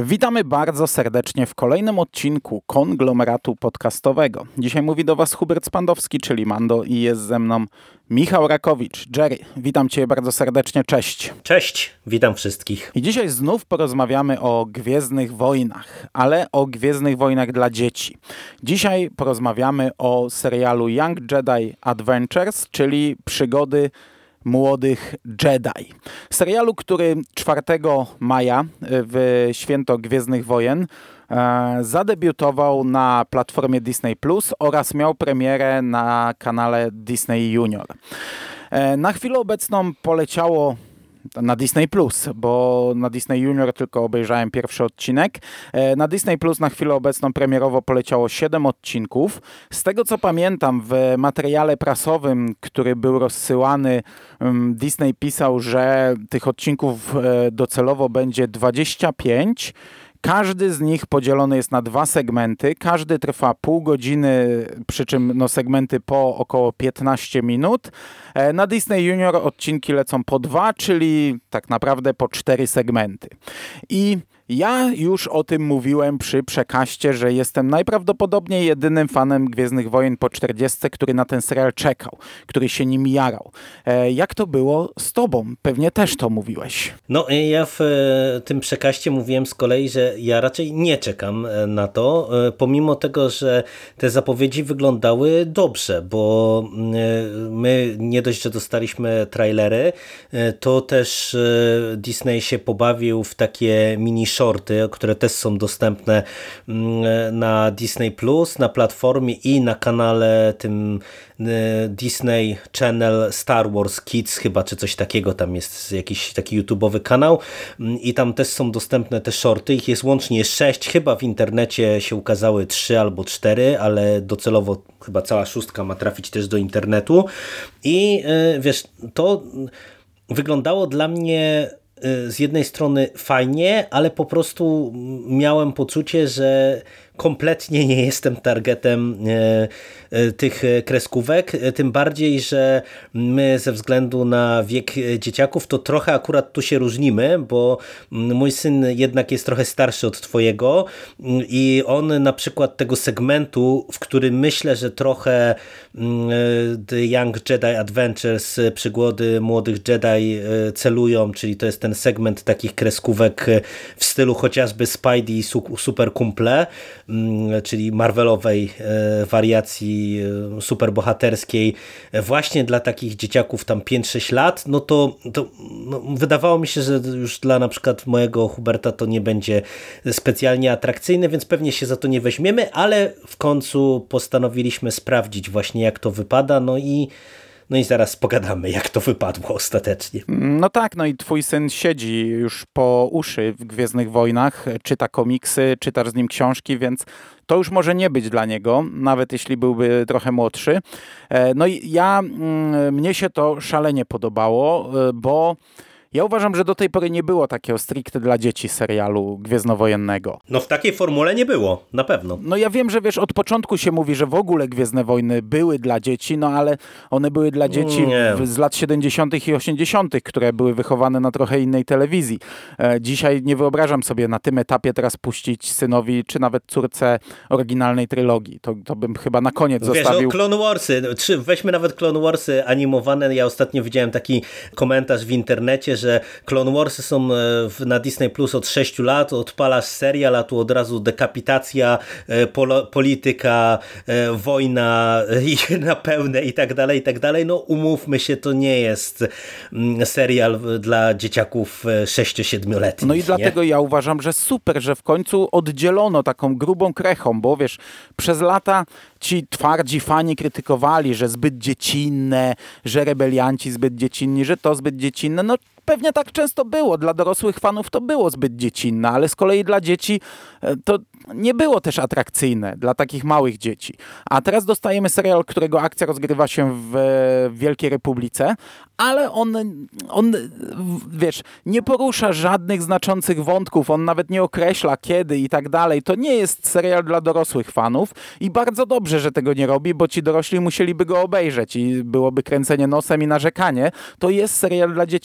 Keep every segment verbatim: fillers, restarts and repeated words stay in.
Witamy bardzo serdecznie w kolejnym odcinku Konglomeratu Podcastowego. Dzisiaj mówi do Was Hubert Spandowski, czyli Mando, i jest ze mną Michał Rakowicz. Jerry, witam Cię bardzo serdecznie, cześć. Cześć, witam wszystkich. I dzisiaj znów porozmawiamy o Gwiezdnych Wojnach, ale o Gwiezdnych Wojnach dla dzieci. Dzisiaj porozmawiamy o serialu Young Jedi Adventures, czyli przygody młodych Jedi. Serialu, który czwartego maja w święto Gwiezdnych Wojen e, zadebiutował na platformie Disney Plus oraz miał premierę na kanale Disney Junior. E, na chwilę obecną poleciało na Disney Plus, bo na Disney Junior tylko obejrzałem pierwszy odcinek. Na Disney Plus na chwilę obecną premierowo poleciało siedem odcinków. Z tego co pamiętam, w materiale prasowym, który był rozsyłany, Disney pisał, że tych odcinków docelowo będzie dwadzieścia pięć. Każdy z nich podzielony jest na dwa segmenty. Każdy trwa pół godziny, przy czym no, segmenty po około piętnaście minut. Na Disney Junior odcinki lecą po dwa, czyli tak naprawdę po cztery segmenty. I ja już o tym mówiłem przy przekaście, że jestem najprawdopodobniej jedynym fanem Gwiezdnych Wojen po czterdziestce, który na ten serial czekał, który się nim jarał. E, jak to było z tobą? Pewnie też to mówiłeś. No ja w e, tym przekaście mówiłem z kolei, że ja raczej nie czekam na to, e, pomimo tego, że te zapowiedzi wyglądały dobrze, bo e, my nie dość, że dostaliśmy trailery, e, to też e, Disney się pobawił w takie mini shorty, które też są dostępne na Disney Plus, na platformie i na kanale tym Disney Channel Star Wars Kids chyba, czy coś takiego, tam jest jakiś taki YouTube'owy kanał i tam też są dostępne te shorty, ich jest łącznie sześć, chyba w internecie się ukazały trzy albo cztery, ale docelowo chyba cała szóstka ma trafić też do internetu i wiesz, to wyglądało dla mnie z jednej strony fajnie, ale po prostu miałem poczucie, że kompletnie nie jestem targetem e, e, tych kreskówek, tym bardziej, że my ze względu na wiek dzieciaków to trochę akurat tu się różnimy, bo mój syn jednak jest trochę starszy od twojego i on na przykład tego segmentu, w którym myślę, że trochę The Young Jedi Adventures, przygody młodych Jedi celują, czyli to jest ten segment takich kreskówek w stylu chociażby Spidey i Super Kumple, czyli Marvelowej wariacji superbohaterskiej właśnie dla takich dzieciaków tam pięć sześć lat, no to, to no, wydawało mi się, że już dla na przykład mojego Huberta to nie będzie specjalnie atrakcyjne, więc pewnie się za to nie weźmiemy, ale w końcu postanowiliśmy sprawdzić właśnie jak to wypada, no i No i zaraz pogadamy, jak to wypadło ostatecznie. No tak, no i twój syn siedzi już po uszy w Gwiezdnych Wojnach, czyta komiksy, czytasz z nim książki, więc to już może nie być dla niego, nawet jeśli byłby trochę młodszy. No i ja, mnie się to szalenie podobało, bo ja uważam, że do tej pory nie było takiego stricte dla dzieci serialu gwiezdnowojennego. No w takiej formule nie było, na pewno. No ja wiem, że wiesz, od początku się mówi, że w ogóle Gwiezdne Wojny były dla dzieci, no ale one były dla dzieci w, z lat siedemdziesiątych i osiemdziesiątych, które były wychowane na trochę innej telewizji. E, dzisiaj nie wyobrażam sobie na tym etapie teraz puścić synowi, czy nawet córce oryginalnej trylogii. To, to bym chyba na koniec wiesz, zostawił. No, Clone Warsy, weźmy nawet Clone Warsy animowane. Ja ostatnio widziałem taki komentarz w internecie, że Clone Warsy są na Disney Plus od sześciu lat, odpalasz serial, a tu od razu dekapitacja, polo, polityka, wojna i na pełne i tak dalej, i tak dalej. No umówmy się, to nie jest serial dla dzieciaków sześcio-siedmioletnich. No i dlatego nie? ja uważam, że super, że w końcu oddzielono taką grubą krechą, bo wiesz, przez lata ci twardzi fani krytykowali, że zbyt dziecinne, że rebelianci zbyt dziecinni, że to zbyt dziecinne. No pewnie tak często było. Dla dorosłych fanów to było zbyt dziecinne, ale z kolei dla dzieci to nie było też atrakcyjne, dla takich małych dzieci. A teraz dostajemy serial, którego akcja rozgrywa się w Wielkiej Republice, ale on, on, wiesz, nie porusza żadnych znaczących wątków, on nawet nie określa kiedy i tak dalej. To nie jest serial dla dorosłych fanów i bardzo dobrze, że tego nie robi, bo ci dorośli musieliby go obejrzeć i byłoby kręcenie nosem i narzekanie. To jest serial dla dzieciaków.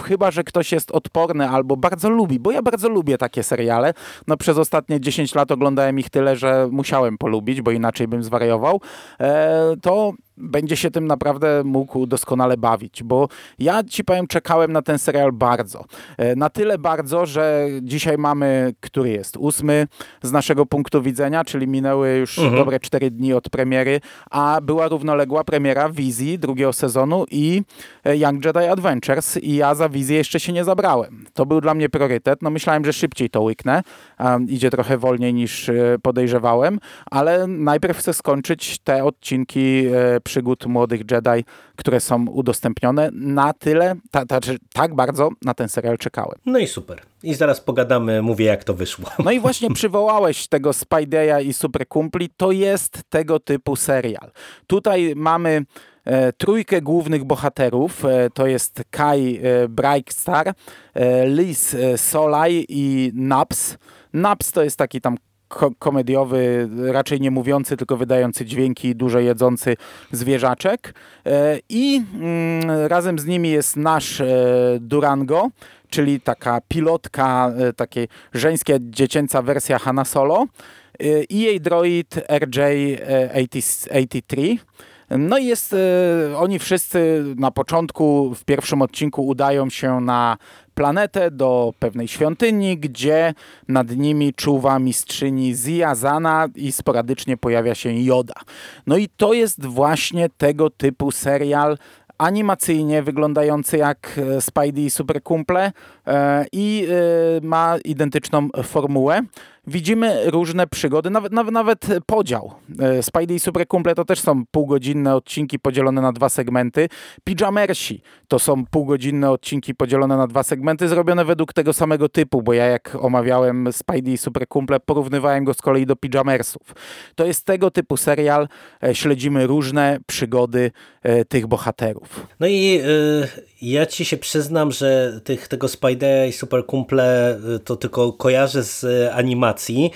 chyba że ktoś jest odporny albo bardzo lubi, bo ja bardzo lubię takie seriale. No przez ostatnie dziesięć lat oglądałem ich tyle, że musiałem polubić, bo inaczej bym zwariował. E, to będzie się tym naprawdę mógł doskonale bawić, bo ja ci powiem, czekałem na ten serial bardzo. Na tyle bardzo, że dzisiaj mamy, który jest ósmy z naszego punktu widzenia, czyli minęły już mhm. dobre cztery dni od premiery, a była równoległa premiera Wizji drugiego sezonu i Young Jedi Adventures i ja za Wizję jeszcze się nie zabrałem. To był dla mnie priorytet. No myślałem, że szybciej to łyknę. Um, idzie trochę wolniej niż podejrzewałem, ale najpierw chcę skończyć te odcinki e, przygód młodych Jedi, które są udostępnione. Na tyle, ta, ta, tak bardzo na ten serial czekałem. No i super. I zaraz pogadamy, mówię jak to wyszło. No i właśnie przywołałeś tego Spidey'a i Super Kumpli. To jest tego typu serial. Tutaj mamy e, trójkę głównych bohaterów. E, to jest Kai e, Brightstar, e, Liz e, Solai i Naps. Naps to jest taki tam ko- komediowy, raczej nie mówiący, tylko wydający dźwięki, dużo jedzący zwierzaczek. E, I mm, razem z nimi jest nasz e, Durango, czyli taka pilotka, e, takie żeńska, dziecięca wersja Hanna Solo e, i jej droid R J osiemdziesiąt trzy. No i jest, e, oni wszyscy na początku, w pierwszym odcinku udają się na planetę, do pewnej świątyni, gdzie nad nimi czuwa mistrzyni Zia Zana i sporadycznie pojawia się Yoda. No i to jest właśnie tego typu serial, animacyjnie wyglądający jak Spidey i Super Kumple e, i e, ma identyczną formułę. Widzimy różne przygody, nawet, nawet, nawet podział. E, Spidey i Super Kumple to też są półgodzinne odcinki podzielone na dwa segmenty. Pijamersi to są półgodzinne odcinki podzielone na dwa segmenty, zrobione według tego samego typu, bo ja jak omawiałem Spidey i Super Kumple, porównywałem go z kolei do Pijamersów. To jest tego typu serial, e, śledzimy różne przygody e, tych bohaterów. No i y, ja ci się przyznam, że tych, tego Spidey'a i Super Kumple to tylko kojarzę z animacji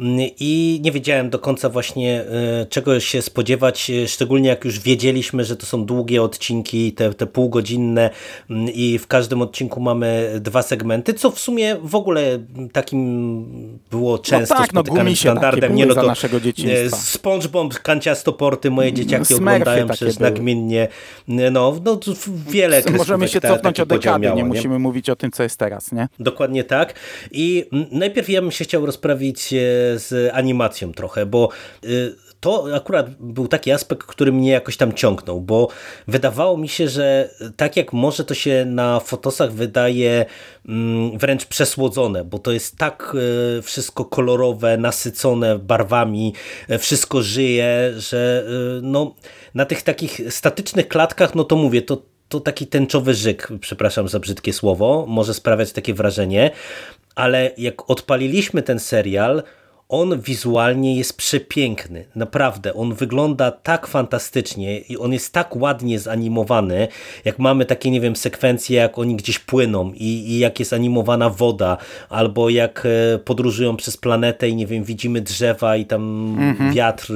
i nie wiedziałem do końca właśnie czego się spodziewać, szczególnie jak już wiedzieliśmy, że to są długie odcinki, te, te półgodzinne i w każdym odcinku mamy dwa segmenty, co w sumie w ogóle takim było często no tak, spotykanym no, standardem. Nie, no to naszego dzieciństwa. SpongeBob, Kanciastoporty, moje dzieciaki Smurfy oglądają przecież nagminnie. No, no wiele możemy się cofnąć o dekady, miało, nie, nie musimy mówić o tym, co jest teraz, nie? Dokładnie tak. I najpierw ja bym się chciał rozprawić z animacją trochę, bo to akurat był taki aspekt, który mnie jakoś tam ciągnął, bo wydawało mi się, że tak jak może to się na fotosach wydaje wręcz przesłodzone, bo to jest tak wszystko kolorowe, nasycone barwami, wszystko żyje, że no, na tych takich statycznych klatkach, no to mówię, to to taki tęczowy żyk, przepraszam za brzydkie słowo, może sprawiać takie wrażenie, ale jak odpaliliśmy ten serial, on wizualnie jest przepiękny, naprawdę, on wygląda tak fantastycznie i on jest tak ładnie zanimowany, jak mamy takie, nie wiem, sekwencje, jak oni gdzieś płyną i, i jak jest animowana woda, albo jak podróżują przez planetę i nie wiem, widzimy drzewa i tam mhm. wiatr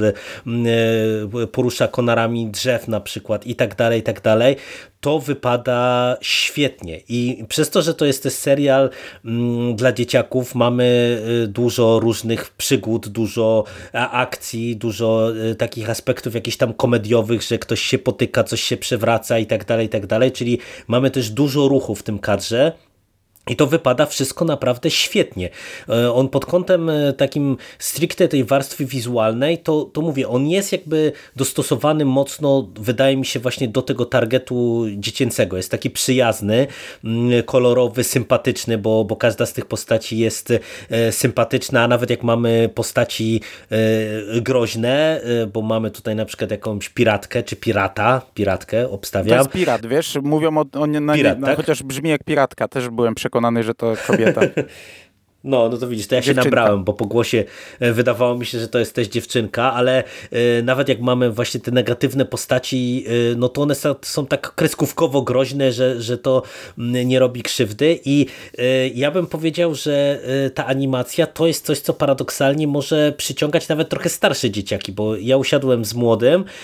porusza konarami drzew na przykład i tak dalej, i tak dalej. To wypada świetnie i przez to, że to jest też serial mm, dla dzieciaków, mamy dużo różnych przygód, dużo akcji, dużo y, takich aspektów jakichś tam komediowych, że ktoś się potyka, coś się przewraca i tak dalej, i tak dalej, czyli mamy też dużo ruchu w tym kadrze. I to wypada wszystko naprawdę świetnie. On pod kątem takim stricte tej warstwy wizualnej, to, to mówię, on jest jakby dostosowany mocno, wydaje mi się, właśnie do tego targetu dziecięcego. Jest taki przyjazny, kolorowy, sympatyczny, bo, bo każda z tych postaci jest sympatyczna, a nawet jak mamy postaci groźne, bo mamy tutaj na przykład jakąś piratkę, czy pirata, piratkę obstawiam. To jest pirat, wiesz, mówią o, o nie, na, Pirat, na, tak? chociaż brzmi jak piratka, też byłem przekonany, że to kobieta. No, no to widzisz, to ja Dziewczynka. się nabrałem, bo po głosie wydawało mi się, że to jest też dziewczynka, ale y, nawet jak mamy właśnie te negatywne postaci, y, no to one są, są tak kreskówkowo groźne, że, że to y, nie robi krzywdy i y, ja bym powiedział, że y, ta animacja to jest coś, co paradoksalnie może przyciągać nawet trochę starsze dzieciaki, bo ja usiadłem z młodym y,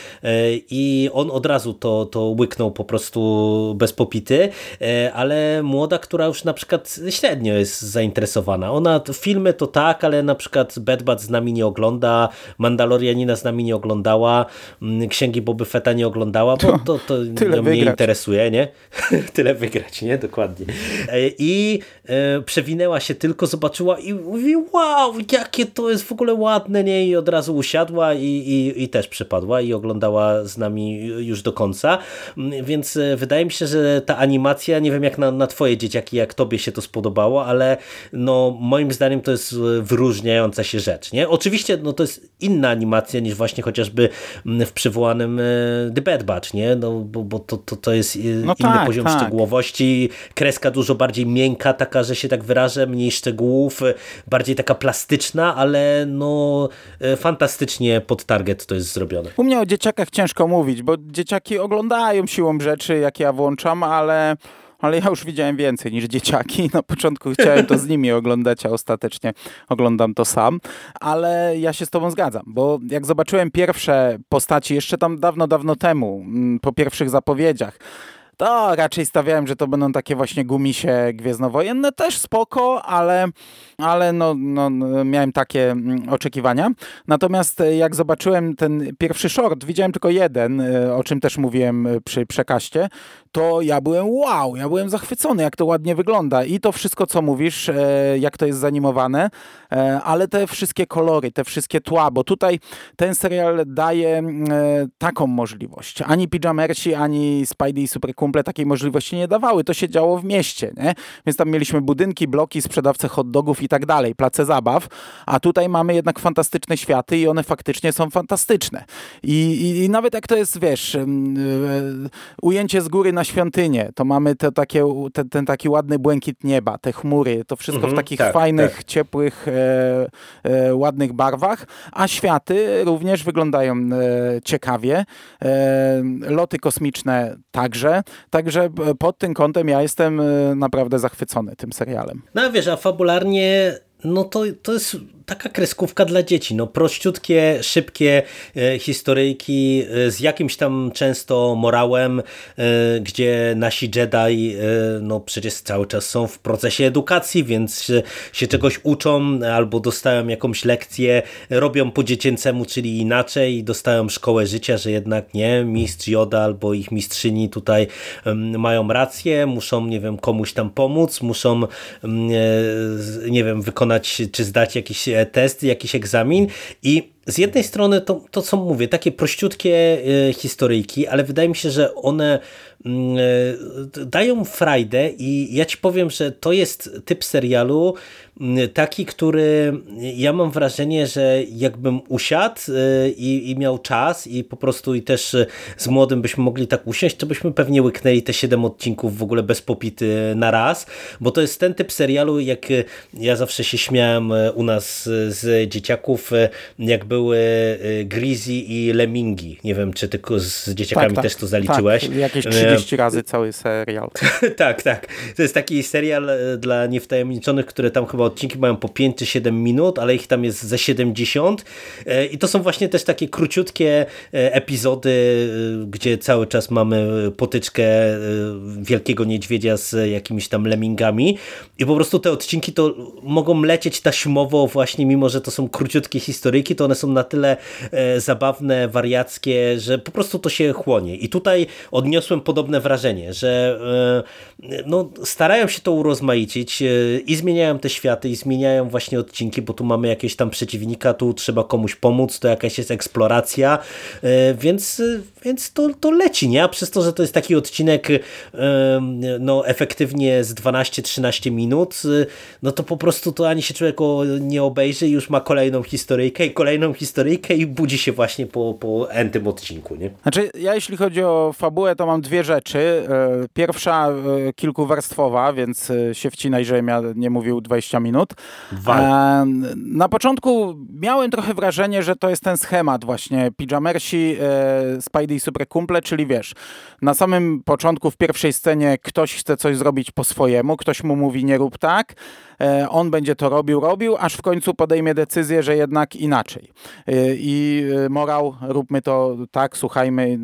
i on od razu to, to łyknął po prostu bez popity, y, ale młoda, która już na przykład średnio jest zainteresowana. Ona filmy to tak, ale na przykład Bad Batch z nami nie ogląda, Mandalorianina z nami nie oglądała, Księgi Boby Fetta nie oglądała, bo to, to ją nie interesuje, nie? Tyle wygrać, nie? Dokładnie. I e, przewinęła się tylko, zobaczyła i mówi, wow, jakie to jest w ogóle ładne, nie? I od razu usiadła i, i, i też przypadła i oglądała z nami już do końca. Więc wydaje mi się, że ta animacja, nie wiem jak na, na twoje dzieciaki, jak tobie się to spodobało, ale no moim zdaniem to jest wyróżniająca się rzecz, nie? Oczywiście no to jest inna animacja niż właśnie chociażby w przywołanym The Bad Batch, nie? No bo, bo to, to, to jest no inny tak, poziom tak. szczegółowości, kreska dużo bardziej miękka, taka, że się tak wyrażę, mniej szczegółów, bardziej taka plastyczna, ale no fantastycznie pod target to jest zrobione. U mnie o dzieciakach ciężko mówić, bo dzieciaki oglądają siłą rzeczy, jak ja włączam, ale ale ja już widziałem więcej niż dzieciaki. Na początku chciałem to z nimi oglądać, a ostatecznie oglądam to sam. Ale ja się z tobą zgadzam, bo jak zobaczyłem pierwsze postaci jeszcze tam dawno, dawno temu, po pierwszych zapowiedziach, to raczej stawiałem, że to będą takie właśnie gumisie gwiezdnowojenne, też spoko, ale, ale no, no, miałem takie oczekiwania. Natomiast jak zobaczyłem ten pierwszy short, widziałem tylko jeden, o czym też mówiłem przy przekaście, to ja byłem wow, ja byłem zachwycony, jak to ładnie wygląda i to wszystko, co mówisz, jak to jest zanimowane, ale te wszystkie kolory, te wszystkie tła, bo tutaj ten serial daje taką możliwość. Ani Pijamersi, ani Spidey i Super Kumple takiej możliwości nie dawały. To się działo w mieście, nie? Więc tam mieliśmy budynki, bloki, sprzedawcę hot dogów i tak dalej, place zabaw, a tutaj mamy jednak fantastyczne światy i one faktycznie są fantastyczne. I, i, i nawet jak to jest, wiesz, ujęcie z góry na świątynię, to mamy to takie, ten, ten taki ładny błękit nieba, te chmury, to wszystko mhm, w takich tak, fajnych, tak. ciepłych, e, e, ładnych barwach, a światy również wyglądają e, ciekawie. E, loty kosmiczne także. Także pod tym kątem ja jestem naprawdę zachwycony tym serialem. No wiesz, a fabularnie no to, to jest taka kreskówka dla dzieci, no prościutkie, szybkie e, historyjki e, z jakimś tam często morałem, e, gdzie nasi Jedi e, no przecież cały czas są w procesie edukacji, więc się, się czegoś uczą albo dostają jakąś lekcję, robią po dziecięcemu, czyli inaczej i dostają szkołę życia, że jednak nie, mistrz Yoda albo ich mistrzyni tutaj e, mają rację, muszą, nie wiem, komuś tam pomóc, muszą e, nie wiem, wykonać czy zdać jakiś test, jakiś egzamin i z jednej strony to, to co mówię, takie prościutkie y, historyjki, ale wydaje mi się, że one y, dają frajdę i ja ci powiem, że to jest typ serialu y, taki, który ja mam wrażenie, że jakbym usiadł y, i, i miał czas i po prostu i też z młodym byśmy mogli tak usiąść, to byśmy pewnie łyknęli te siedem odcinków w ogóle bez popity na raz, bo to jest ten typ serialu, jak ja zawsze się śmiałem u nas z dzieciaków, jak były Greasy i Lemmingi. Nie wiem, czy tylko z dzieciakami tak, tak, też to zaliczyłeś. Tak, jakieś trzydzieści razy cały serial. tak, tak. To jest taki serial dla niewtajemniczonych, które tam chyba odcinki mają po pięć czy siedem minut, ale ich tam jest ze siedemdziesiąt i to są właśnie też takie króciutkie epizody, gdzie cały czas mamy potyczkę wielkiego niedźwiedzia z jakimiś tam lemmingami i po prostu te odcinki to mogą lecieć taśmowo właśnie, mimo że to są króciutkie historyjki, to one są na tyle e, zabawne, wariackie, że po prostu to się chłonie. I tutaj odniosłem podobne wrażenie, że e, no, starają się to urozmaicić e, i zmieniają te światy i zmieniają właśnie odcinki, bo tu mamy jakiegoś tam przeciwnika, tu trzeba komuś pomóc, to jakaś jest eksploracja, e, więc, więc to, to leci, nie? A przez to, że to jest taki odcinek e, no, efektywnie z dwanaście trzynaście minut, e, no to po prostu to ani się człowiek nie obejrzy i już ma kolejną historyjkę i kolejną swoją historyjkę i budzi się właśnie po, po entym odcinku, nie? Znaczy, ja jeśli chodzi o fabułę, to mam dwie rzeczy. Pierwsza kilkuwarstwowa, więc się wcinaj, żebym ja nie mówił dwadzieścia minut. Dwa. Na początku miałem trochę wrażenie, że to jest ten schemat właśnie Pijamersi, Spidey i Super Kumple, czyli wiesz, na samym początku w pierwszej scenie ktoś chce coś zrobić po swojemu, ktoś mu mówi nie rób tak, on będzie to robił, robił, aż w końcu podejmie decyzję, że jednak inaczej. I morał, róbmy to tak, słuchajmy.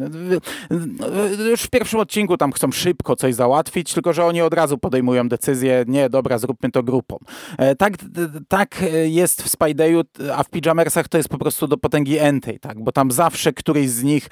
Już w pierwszym odcinku tam chcą szybko coś załatwić, tylko że oni od razu podejmują decyzję, nie, dobra, zróbmy to grupą. Tak, tak jest w Spidey'u, a w Pijamersach to jest po prostu do potęgi entej, tak? Bo tam zawsze któryś z nich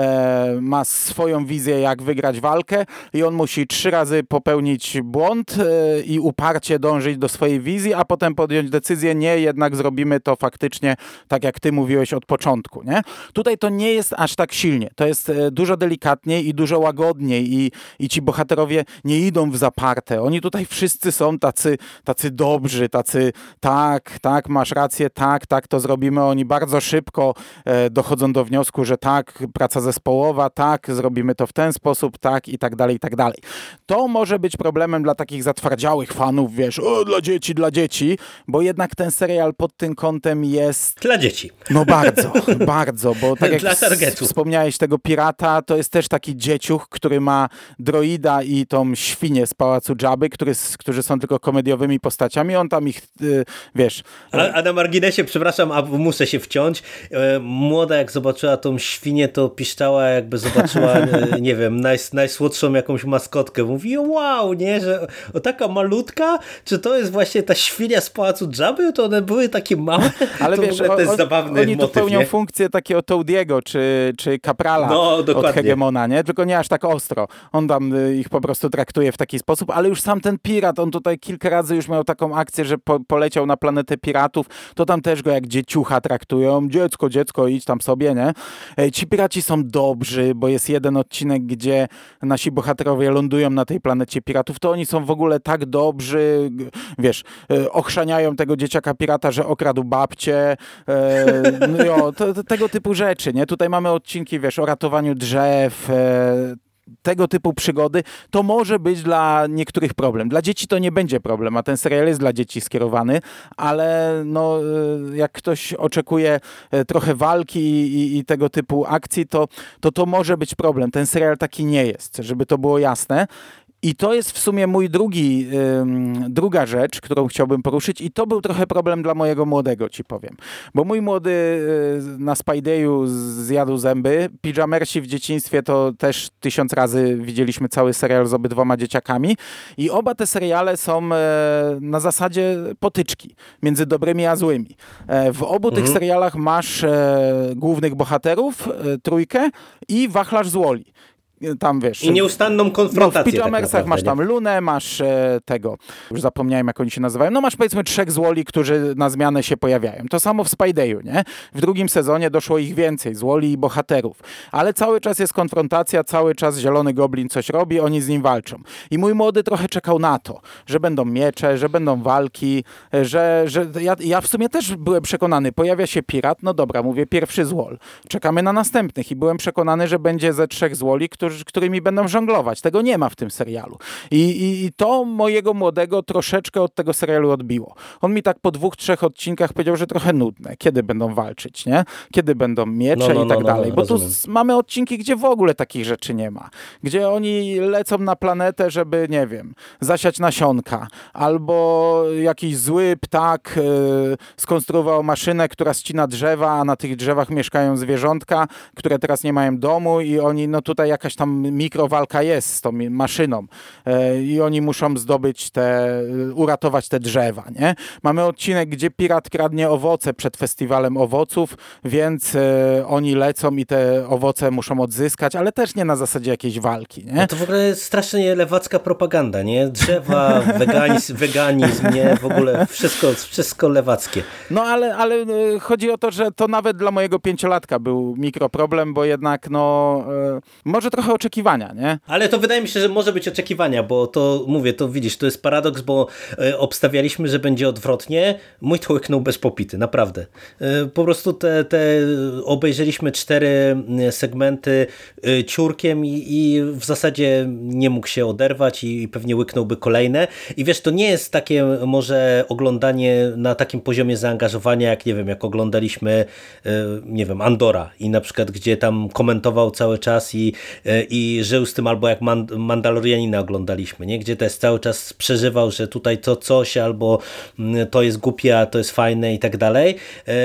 e, ma swoją wizję, jak wygrać walkę i on musi trzy razy popełnić błąd e, i uparcie dążyć do swojej wizji, a potem podjąć decyzję, nie, jednak zrobimy to faktycznie tak, jak ty mówiłeś od początku, nie? Tutaj to nie jest aż tak silnie. To jest e, dużo delikatniej i dużo łagodniej i, i ci bohaterowie nie idą w zaparte. Oni tutaj wszyscy są tacy, tacy dobrzy, tacy tak, tak, masz rację, tak, tak, to zrobimy. Oni bardzo szybko e, dochodzą do wniosku, że tak, praca zespołowa, tak, zrobimy to w ten sposób, tak i tak dalej, i tak dalej. To może być problemem dla takich zatwardziałych fanów, wiesz, o, dla dzieci, dla dzieci, bo jednak ten serial pod tym kątem jest... Dla dzieci. No bardzo, bardzo, bo tak jak dla targetu. Wspomniałeś tego pirata, to jest też taki dzieciuch, który ma droida i tą świnię z Pałacu Jabby, który, którzy są tylko komediowymi postaciami, on tam ich, yy, wiesz... A, a na marginesie, przepraszam, a muszę się wciąć, e, młoda jak zobaczyła tą świnię, to piszczała, jakby zobaczyła, e, nie wiem, naj, najsłodszą jakąś maskotkę. Mówi, wow, nie, że o, taka malutka, czy to jest właśnie ta świnia z Pałacu Jabby? To one były takie małe? Ale to wiesz, to jest o, zabawny oni motyw, tu pełnią nie? funkcję takiego Toadiego, czy, czy Kaprala no, od Hegemona, nie? Tylko nie aż tak ostro. On tam y, ich po prostu traktuje w taki sposób, ale już sam ten pirat, on tutaj kilka razy już miał taką akcję, że po, poleciał na planetę piratów, to tam też go jak dzieciucha traktują. Dziecko, dziecko, idź tam sobie, nie? E, ci piraci są dobrzy, bo jest jeden odcinek, gdzie nasi bohaterowie lądują na tej planecie piratów, to oni są w ogóle tak dobrzy, wiesz, e, ochrzaniają tego dzieciaka pirata, że okradł babcię, e, no, jo, to, to, tego typu rzeczy, nie? Tutaj mamy odcinki, wiesz, o ratowaniu drzew, e, tego typu przygody, to może być dla niektórych problem. Dla dzieci to nie będzie problem, a ten serial jest dla dzieci skierowany, ale no, jak ktoś oczekuje trochę walki i, i tego typu akcji, to, to to może być problem. Ten serial taki nie jest, żeby to było jasne. I to jest w sumie mój drugi, ym, druga rzecz, którą chciałbym poruszyć i to był trochę problem dla mojego młodego, ci powiem. Bo mój młody y, na Spidey'u zjadł zęby. Pijamersi w dzieciństwie to też tysiąc razy widzieliśmy cały serial z obydwoma dzieciakami i oba te seriale są e, na zasadzie potyczki między dobrymi a złymi. E, w obu mhm. tych serialach masz e, głównych bohaterów, e, trójkę i wachlarz z Wall-E. Tam wiesz. I nieustanną konfrontację. No, w Pijamersach tak masz tam Lunę, masz e, tego, już zapomniałem jak oni się nazywają, no masz powiedzmy trzech z Wall-E, którzy na zmianę się pojawiają. To samo w Spidey'u, nie? W drugim sezonie doszło ich więcej, z Wall-E i bohaterów. Ale cały czas jest konfrontacja, cały czas Zielony Goblin coś robi, oni z nim walczą. I mój młody trochę czekał na to, że będą miecze, że będą walki, że, że ja, ja w sumie też byłem przekonany, pojawia się pirat, no dobra, mówię, pierwszy z Wall. Czekamy na następnych i byłem przekonany, że będzie ze trzech z Wall-E, którzy którymi będą żonglować. Tego nie ma w tym serialu. I, i, I to mojego młodego troszeczkę od tego serialu odbiło. On mi tak po dwóch, trzech odcinkach powiedział, że trochę nudne. Kiedy będą walczyć, nie? Kiedy będą miecze no, no, i tak no, dalej. No, Bo rozumiem. Tu mamy odcinki, gdzie w ogóle takich rzeczy nie ma. Gdzie oni lecą na planetę, żeby, nie wiem, zasiać nasionka. Albo jakiś zły ptak yy, skonstruował maszynę, która ścina drzewa, a na tych drzewach mieszkają zwierzątka, które teraz nie mają domu i oni, no tutaj jakaś tam mikrowalka jest z tą maszyną e, i oni muszą zdobyć te, uratować te drzewa, nie? Mamy odcinek, gdzie pirat kradnie owoce przed festiwalem owoców, więc e, oni lecą i te owoce muszą odzyskać, ale też nie na zasadzie jakiejś walki, nie? No to w ogóle jest strasznie lewacka propaganda, nie? Drzewa, weganizm, weganizm, nie? W ogóle wszystko, wszystko lewackie. No ale, ale chodzi o to, że to nawet dla mojego pięciolatka był mikroproblem, bo jednak no e, może trochę trochę oczekiwania, nie? Ale to wydaje mi się, że może być oczekiwania, bo to mówię, to widzisz, to jest paradoks, bo e, obstawialiśmy, że będzie odwrotnie. Mój to łyknął bez popity, naprawdę. E, po prostu te, te obejrzeliśmy cztery segmenty e, ciurkiem i, i w zasadzie nie mógł się oderwać i, i pewnie łyknąłby kolejne. I wiesz, to nie jest takie może oglądanie na takim poziomie zaangażowania, jak nie wiem, jak oglądaliśmy e, nie wiem, Andora i na przykład gdzie tam komentował cały czas i, i żył z tym, albo jak Mandalorianina oglądaliśmy, nie? Gdzie też cały czas przeżywał, że tutaj to coś, albo to jest głupie, a to jest fajne i tak dalej.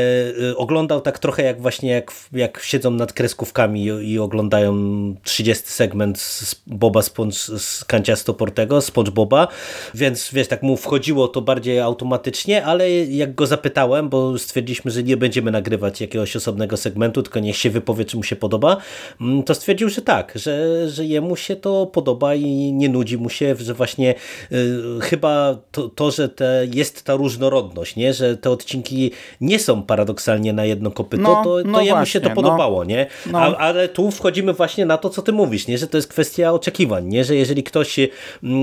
E, oglądał tak trochę jak właśnie jak, jak siedzą nad kreskówkami i, i oglądają trzydziesty segment z Boba Sponge, z Kanciasto Portego, SpongeBoba, więc wiesz, tak mu wchodziło to bardziej automatycznie, ale jak go zapytałem, bo stwierdziliśmy, że nie będziemy nagrywać jakiegoś osobnego segmentu, tylko niech się wypowie, czy mu się podoba, to stwierdził, że tak, że, że jemu się to podoba i nie nudzi mu się, że właśnie y, chyba to, to że te, jest ta różnorodność, nie? Że te odcinki nie są paradoksalnie na jedno kopyto, no, to, to no jemu właśnie, się to podobało, no. nie? No. A, ale tu wchodzimy właśnie na to, co ty mówisz, nie? Że to jest kwestia oczekiwań, nie? Że jeżeli ktoś y,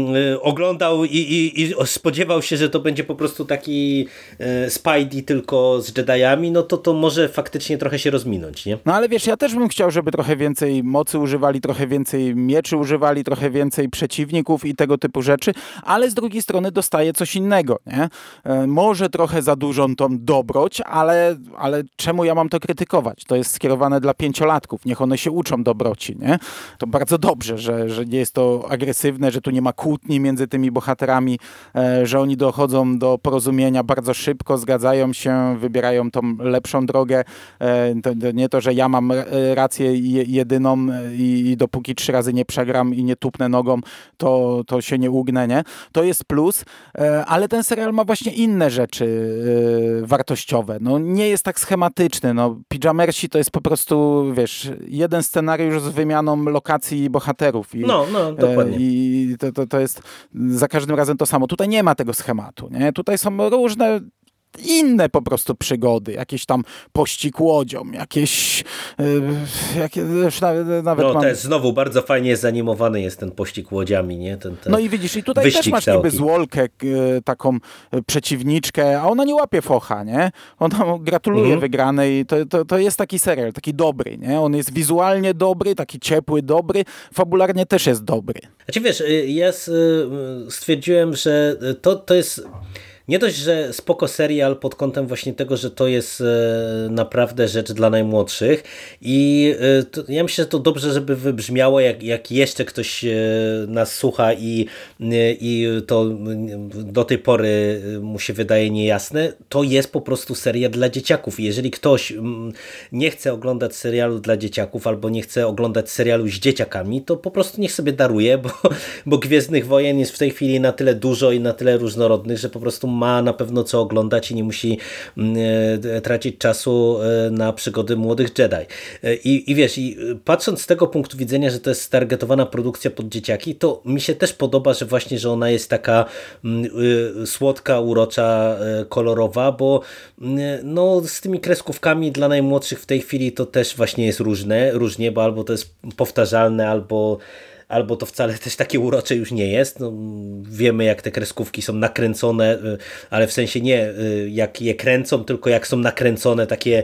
oglądał i, i, i spodziewał się, że to będzie po prostu taki y, Spidey tylko z Jediami, no to to może faktycznie trochę się rozminąć, nie? No ale wiesz, ja też bym chciał, żeby trochę więcej mocy używali, trochę więcej mieczy używali, trochę więcej przeciwników i tego typu rzeczy, ale z drugiej strony dostaje coś innego, nie? E, może trochę za dużą tą dobroć, ale, ale czemu ja mam to krytykować? To jest skierowane dla pięciolatków, niech one się uczą dobroci, nie? To bardzo dobrze, że, że nie jest to agresywne, że tu nie ma kłótni między tymi bohaterami, e, że oni dochodzą do porozumienia bardzo szybko, zgadzają się, wybierają tą lepszą drogę. E, to, to nie to, że ja mam rację jedyną i, i dopóki trzy razy nie przegram i nie tupnę nogą, to, to się nie ugnę, nie? To jest plus, ale ten serial ma właśnie inne rzeczy wartościowe. No, nie jest tak schematyczny. No, Pijamersi to jest po prostu, wiesz, jeden scenariusz z wymianą lokacji i bohaterów. I, no, no, dokładnie. I to, to, to jest za każdym razem to samo. Tutaj nie ma tego schematu, nie? Tutaj są różne inne po prostu przygody, jakieś tam pościg łodzią, jakieś yy, jakie, nawet, nawet no mam... też znowu bardzo fajnie zanimowany jest ten pościg łodziami, nie? Ten, ten no i widzisz, i tutaj też masz niby złolkę, yy, taką yy, przeciwniczkę, a ona nie łapie focha, nie? Ona gratuluje mhm. wygranej, to, to, to jest taki serial, taki dobry, nie? On jest wizualnie dobry, taki ciepły, dobry, fabularnie też jest dobry. Znaczy wiesz, ja stwierdziłem, że to, to jest... Nie dość, że spoko serial pod kątem właśnie tego, że to jest naprawdę rzecz dla najmłodszych i to, ja myślę, że to dobrze, żeby wybrzmiało, jak, jak jeszcze ktoś nas słucha i, i to do tej pory mu się wydaje niejasne, to jest po prostu seria dla dzieciaków i jeżeli ktoś nie chce oglądać serialu dla dzieciaków albo nie chce oglądać serialu z dzieciakami, to po prostu niech sobie daruje, bo, bo Gwiezdnych Wojen jest w tej chwili na tyle dużo i na tyle różnorodnych, że po prostu ma na pewno co oglądać i nie musi e, tracić czasu e, na przygody młodych Jedi. E, i, I wiesz, i patrząc z tego punktu widzenia, że to jest targetowana produkcja pod dzieciaki, to mi się też podoba, że właśnie, że ona jest taka m, y, słodka, urocza, y, kolorowa, bo y, no, z tymi kreskówkami dla najmłodszych w tej chwili to też właśnie jest różne, różnie, bo albo to jest powtarzalne, albo albo to wcale też takie urocze już nie jest. No, wiemy, jak te kreskówki są nakręcone, ale w sensie nie jak je kręcą, tylko jak są nakręcone takie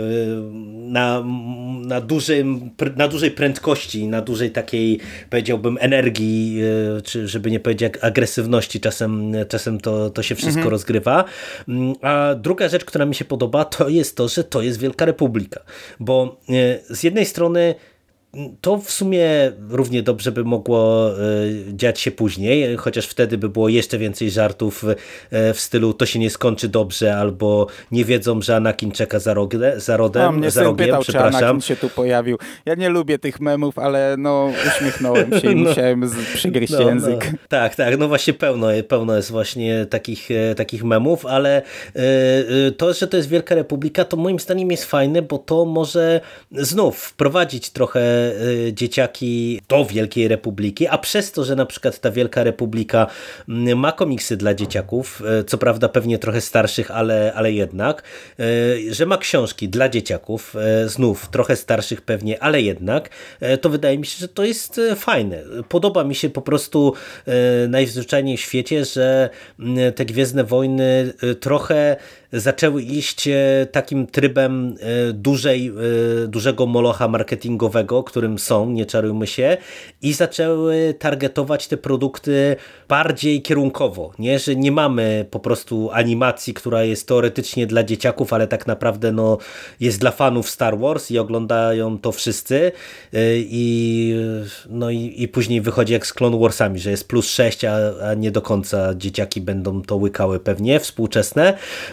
na, na, dużym, na dużej prędkości, na dużej takiej, powiedziałbym, energii, czy żeby nie powiedzieć agresywności. Czasem, czasem to, to się wszystko mhm. rozgrywa. A druga rzecz, która mi się podoba, to jest to, że to jest Wielka Republika. Bo z jednej strony to w sumie równie dobrze by mogło dziać się później, chociaż wtedy by było jeszcze więcej żartów w stylu to się nie skończy dobrze, albo nie wiedzą, że Anakin czeka za, rogle, za rodem, no, mnie za rogiem, pytał, przepraszam. Czy Anakin się tu pojawił. Ja nie lubię tych memów, ale no uśmiechnąłem się i no, musiałem przygryźć no, język. No. Tak, tak, no właśnie pełno, pełno jest właśnie takich, takich memów, ale to, że to jest Wielka Republika, to moim zdaniem jest fajne, bo to może znów wprowadzić trochę dzieciaki do Wielkiej Republiki, a przez to, że na przykład ta Wielka Republika ma komiksy dla dzieciaków, co prawda pewnie trochę starszych, ale, ale jednak, że ma książki dla dzieciaków, znów trochę starszych pewnie, ale jednak, to wydaje mi się, że to jest fajne. Podoba mi się po prostu najzwyczajniej w świecie, że te Gwiezdne Wojny trochę zaczęły iść takim trybem dużej, dużego molocha marketingowego, którym są, nie czarujmy się, i zaczęły targetować te produkty bardziej kierunkowo, nie? Że nie mamy po prostu animacji, która jest teoretycznie dla dzieciaków, ale tak naprawdę no, jest dla fanów Star Wars i oglądają to wszyscy i, no i, i później wychodzi jak z Clone Warsami, że jest plus sześć, a, a nie do końca dzieciaki będą to łykały pewnie, współczesne.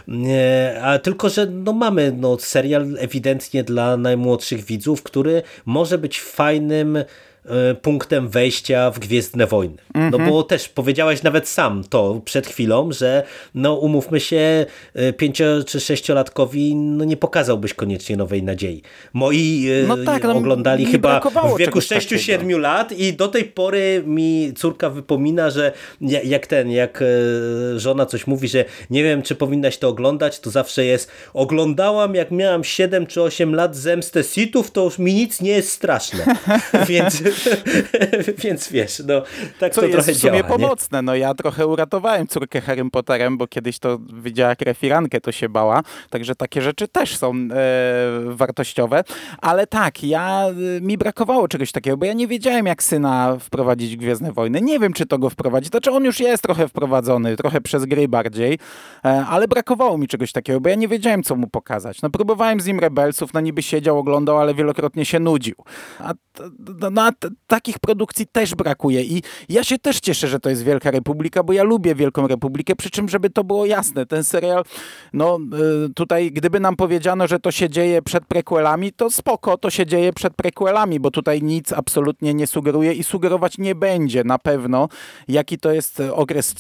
A tylko, że no mamy no, serial ewidentnie dla najmłodszych widzów, który może być fajnym punktem wejścia w Gwiezdne Wojny. Mm-hmm. No bo też powiedziałeś nawet sam to przed chwilą, że no umówmy się, pięcio- czy sześciolatkowi no nie pokazałbyś koniecznie Nowej Nadziei. Moi no tak, no, oglądali chyba w wieku sześciu siedmiu lat i do tej pory mi córka wypomina, że jak ten, jak żona coś mówi, że nie wiem, czy powinnaś to oglądać, to zawsze jest oglądałam jak miałam siedem czy osiem lat Zemstę Sithów, to już mi nic nie jest straszne. Więc Więc wiesz, no tak Co to jest trochę w sumie działa, pomocne. Nie? No ja trochę uratowałem córkę Harrym Potterem, bo kiedyś to widziała jak refirankę, to się bała. Także takie rzeczy też są e, wartościowe. Ale tak, ja mi brakowało czegoś takiego, bo ja nie wiedziałem jak syna wprowadzić w Gwiezdne Wojny. Nie wiem, czy to go wprowadzi. Znaczy on już jest trochę wprowadzony, trochę przez gry bardziej, e, ale brakowało mi czegoś takiego, bo ja nie wiedziałem, co mu pokazać. No próbowałem z nim Rebelsów, no niby siedział, oglądał, ale wielokrotnie się nudził. A, no, no, a t- takich produkcji też brakuje i ja się też cieszę, że to jest Wielka Republika, bo ja lubię Wielką Republikę, przy czym, żeby to było jasne, ten serial, no tutaj gdyby nam powiedziano, że to się dzieje przed prequelami, to spoko, to się dzieje przed prequelami, bo tutaj nic absolutnie nie sugeruje i sugerować nie będzie na pewno, jaki to jest okres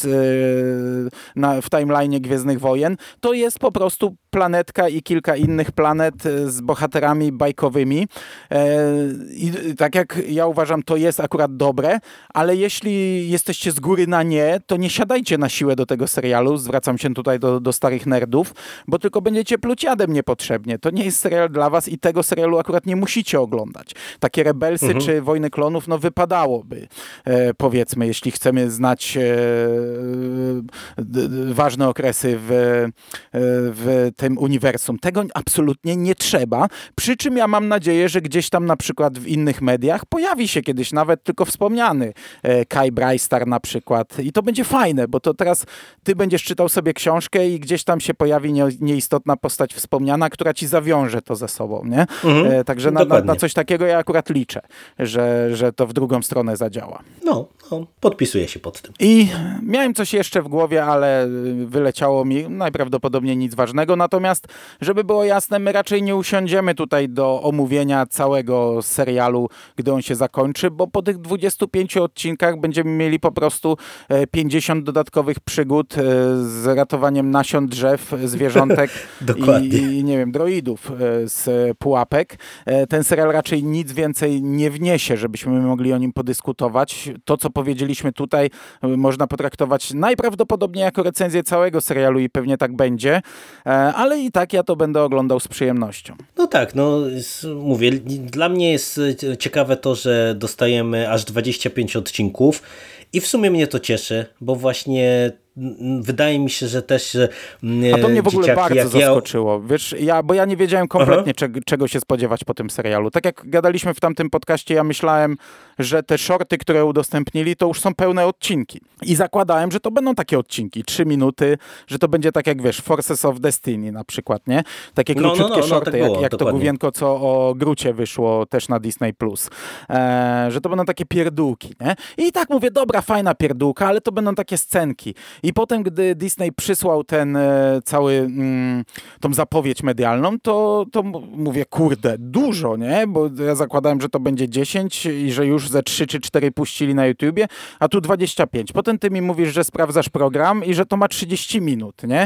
na, w timeline'ie Gwiezdnych Wojen. To jest po prostu planetka i kilka innych planet z bohaterami bajkowymi i tak jak ja uważam, to jest akurat dobre, ale jeśli jesteście z góry na nie, to nie siadajcie na siłę do tego serialu, zwracam się tutaj do, do starych nerdów, bo tylko będziecie pluć jadem niepotrzebnie. To nie jest serial dla was i tego serialu akurat nie musicie oglądać. Takie Rebelsy mhm. czy Wojny Klonów, no wypadałoby, e, powiedzmy, jeśli chcemy znać e, d, d, ważne okresy w, e, w tym uniwersum. Tego absolutnie nie trzeba, przy czym ja mam nadzieję, że gdzieś tam na przykład w innych mediach pojawi się kiedyś nawet tylko wspomniany e, Kai Brystar na przykład i to będzie fajne, bo to teraz ty będziesz czytał sobie książkę i gdzieś tam się pojawi nie, nieistotna postać wspomniana, która ci zawiąże to ze sobą, nie? Mhm, e, także na, na, na coś takiego ja akurat liczę, że, że to w drugą stronę zadziała. No, no, podpisuję się pod tym. I miałem coś jeszcze w głowie, ale wyleciało mi najprawdopodobniej nic ważnego, natomiast żeby było jasne, my raczej nie usiądziemy tutaj do omówienia całego serialu, gdy on się zakończy, bo po tych dwudziestu pięciu odcinkach będziemy mieli po prostu pięćdziesiąt dodatkowych przygód z ratowaniem nasion drzew, zwierzątek i, i nie wiem, droidów z pułapek. Ten serial raczej nic więcej nie wniesie, żebyśmy mogli o nim podyskutować. To, co powiedzieliśmy tutaj, można potraktować najprawdopodobniej jako recenzję całego serialu i pewnie tak będzie, ale i tak ja to będę oglądał z przyjemnością. No tak, no mówię, dla mnie jest ciekawe to, że dostajemy aż dwadzieścia pięć odcinków i w sumie mnie to cieszy, bo właśnie wydaje mi się, że też że A to mnie w ogóle bardzo zaskoczyło. Ja... Wiesz, ja, bo ja nie wiedziałem kompletnie czego, czego się spodziewać po tym serialu. Tak jak gadaliśmy w tamtym podcaście, ja myślałem, że te shorty, które udostępnili, to już są pełne odcinki. I zakładałem, że to będą takie odcinki, trzy minuty, że to będzie tak jak, wiesz, Forces of Destiny na przykład, nie? Takie króciutkie no, no, no, shorty, no, tak było, jak, jak to główienko, co o Grucie wyszło też na Disney plus. E, że to będą takie pierdółki, nie? I tak mówię, dobra, fajna pierdółka, ale to będą takie scenki. I potem, gdy Disney przysłał ten e, cały, mm, tą zapowiedź medialną, to, to mówię, kurde, dużo, nie? Bo ja zakładałem, że to będzie dziesięć i że już ze trzy czy cztery puścili na YouTubie, a tu dwadzieścia pięć. Potem ty mi mówisz, że sprawdzasz program i że to ma trzydzieści minut, nie?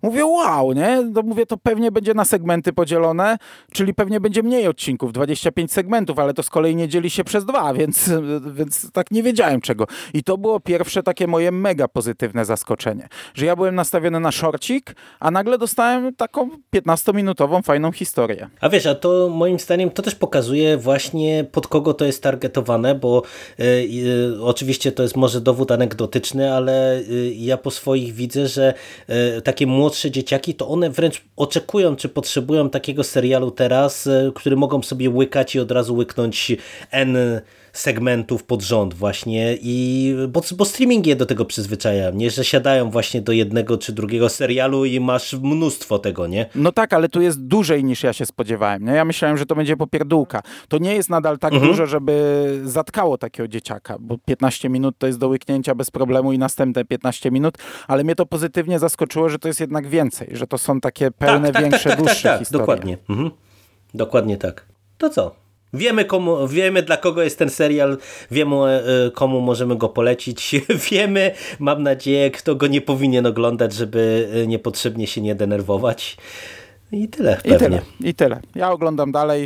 Mówię, wow, nie? To mówię, to pewnie będzie na segmenty podzielone, czyli pewnie będzie mniej odcinków, dwadzieścia pięć segmentów, ale to z kolei nie dzieli się przez dwa, więc, więc tak nie wiedziałem czego. I to było pierwsze takie moje mega pozytywne zaskoczenie, że ja byłem nastawiony na szorcik, a nagle dostałem taką piętnastominutową fajną historię. A wiesz, a to moim zdaniem to też pokazuje właśnie pod kogo to jest targetowane, bo y, y, oczywiście to jest może dowód anegdotyczny, ale y, ja po swoich widzę, że y, takie młodsze dzieciaki, to one wręcz oczekują, czy potrzebują takiego serialu teraz, y, który mogą sobie łykać i od razu łyknąć N segmentów pod rząd właśnie, i bo, bo streaming je do tego przyzwyczaja, nie, że siadają właśnie do jednego czy drugiego serialu i masz mnóstwo tego, nie? No tak, ale tu jest dłużej niż ja się spodziewałem, nie? Ja myślałem, że to będzie popierdółka. To nie jest nadal tak mhm. dużo, żeby zatkało takiego dzieciaka, bo piętnaście minut to jest do łyknięcia bez problemu i następne piętnaście minut, ale mnie to pozytywnie zaskoczyło, że to jest jednak więcej, że to są takie pełne, tak, większe, tak, tak, dłuższe tak, tak, historie. Dokładnie. Mhm. Dokładnie tak. To co? Wiemy, komu, wiemy dla kogo jest ten serial, wiemy komu możemy go polecić, wiemy, mam nadzieję, kto go nie powinien oglądać, żeby niepotrzebnie się nie denerwować. I tyle pewnie. I tyle, i tyle. Ja oglądam dalej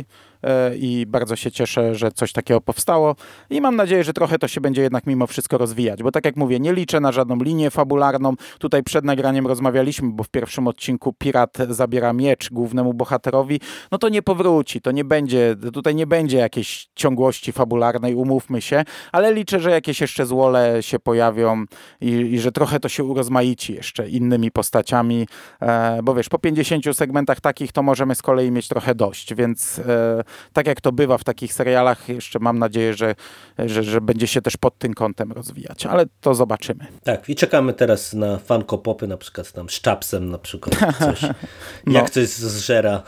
i bardzo się cieszę, że coś takiego powstało i mam nadzieję, że trochę to się będzie jednak mimo wszystko rozwijać, bo tak jak mówię, nie liczę na żadną linię fabularną. Tutaj przed nagraniem rozmawialiśmy, bo w pierwszym odcinku pirat zabiera miecz głównemu bohaterowi, no to nie powróci, to nie będzie, tutaj nie będzie jakiejś ciągłości fabularnej, umówmy się, ale liczę, że jakieś jeszcze złole się pojawią i, i że trochę to się urozmaici jeszcze innymi postaciami, e, bo wiesz, po pięćdziesięciu segmentach takich to możemy z kolei mieć trochę dość, więc e, tak jak to bywa w takich serialach, jeszcze mam nadzieję, że, że, że będzie się też pod tym kątem rozwijać, ale to zobaczymy. Tak, i czekamy teraz na Funko Popy, na przykład tam z czapsem na przykład, coś, no. Jak coś zżera.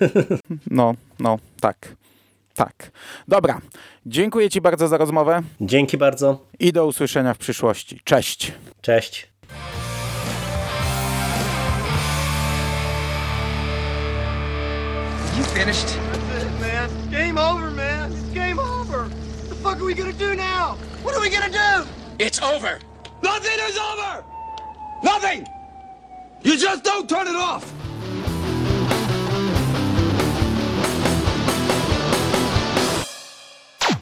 No, no, tak, tak. Dobra, dziękuję Ci bardzo za rozmowę. Dzięki bardzo. I do usłyszenia w przyszłości. Cześć. Cześć. You finished? That's it, man. Game over, man. It's game over. What the fuck are we gonna do now? What are we gonna do? It's over. Nothing is over! Nothing! You just don't turn it off!